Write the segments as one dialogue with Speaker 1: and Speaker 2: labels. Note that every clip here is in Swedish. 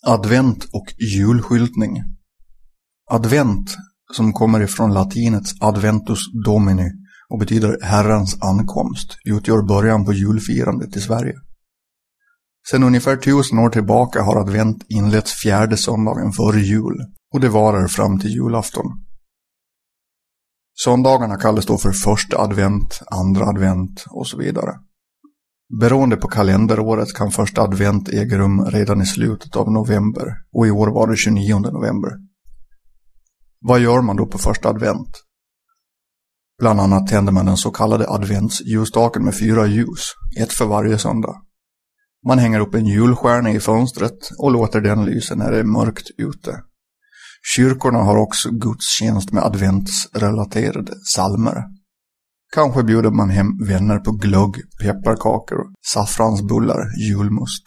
Speaker 1: Advent och julskyltning. Advent, som kommer ifrån latinets adventus domini och betyder Herrans ankomst, utgör början på julfirandet i Sverige. Sedan ungefär 1000 år tillbaka har advent inletts fjärde söndagen före jul och det varar fram till julafton. Söndagarna kallas då för första advent, andra advent och så vidare. Beroende på kalenderåret kan första advent äga rum redan i slutet av november och i år var det 29 november. Vad gör man då på första advent? Bland annat tänder man den så kallade adventsljusstaken med 4 ljus, ett för varje söndag. Man hänger upp en julstjärna i fönstret och låter den lysa när det är mörkt ute. Kyrkorna har också gudstjänst med adventsrelaterade psalmer. Kanske bjuder man hem vänner på glögg, pepparkakor, saffransbullar, julmust.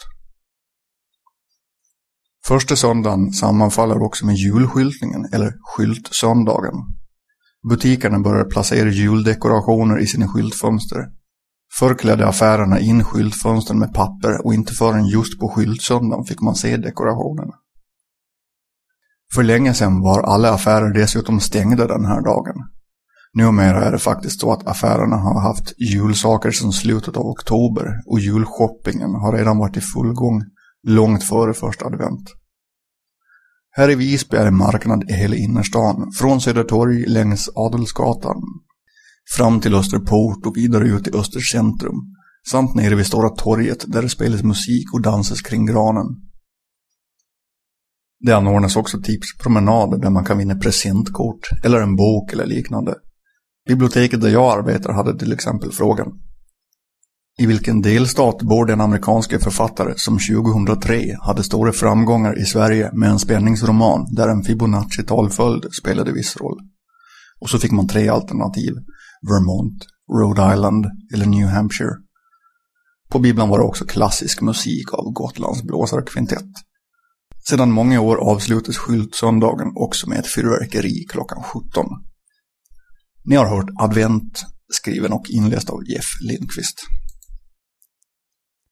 Speaker 1: Första söndagen sammanfaller också med julskyltningen eller skyltsöndagen. Butikerna börjar placera juldekorationer i sina skyltfönster. Förr klädde affärerna in skyltfönstren med papper och inte förrän just på skyltsöndagen fick man se dekorationerna. För länge sedan var alla affärer dessutom stängda den här dagen. Numera är det faktiskt så att affärerna har haft julsaker sedan slutet av oktober och julshoppingen har redan varit i full gång långt före första advent. Här i Visby är det marknad i hela innerstan, från Södertorg längs Adelsgatan fram till Österport och vidare ut i Östercentrum, samt nere vid Stora torget där det spelas musik och danses kring granen. Det anordnas också tipspromenader där man kan vinna presentkort eller en bok eller liknande. Biblioteket där jag arbetar hade till exempel frågan: i vilken delstat bor den amerikanske författare som 2003 hade stora framgångar i Sverige med en spänningsroman där en Fibonacci-talföljd spelade viss roll? Och så fick man 3 alternativ: Vermont, Rhode Island eller New Hampshire. På bibblan var det också klassisk musik av Gotlands blåsarkvintett. Sedan många år avslutas skyltsöndagen också med ett fyrverkeri klockan 17. Ni har hört Advent, skriven och inläst av Jeff Lindqvist.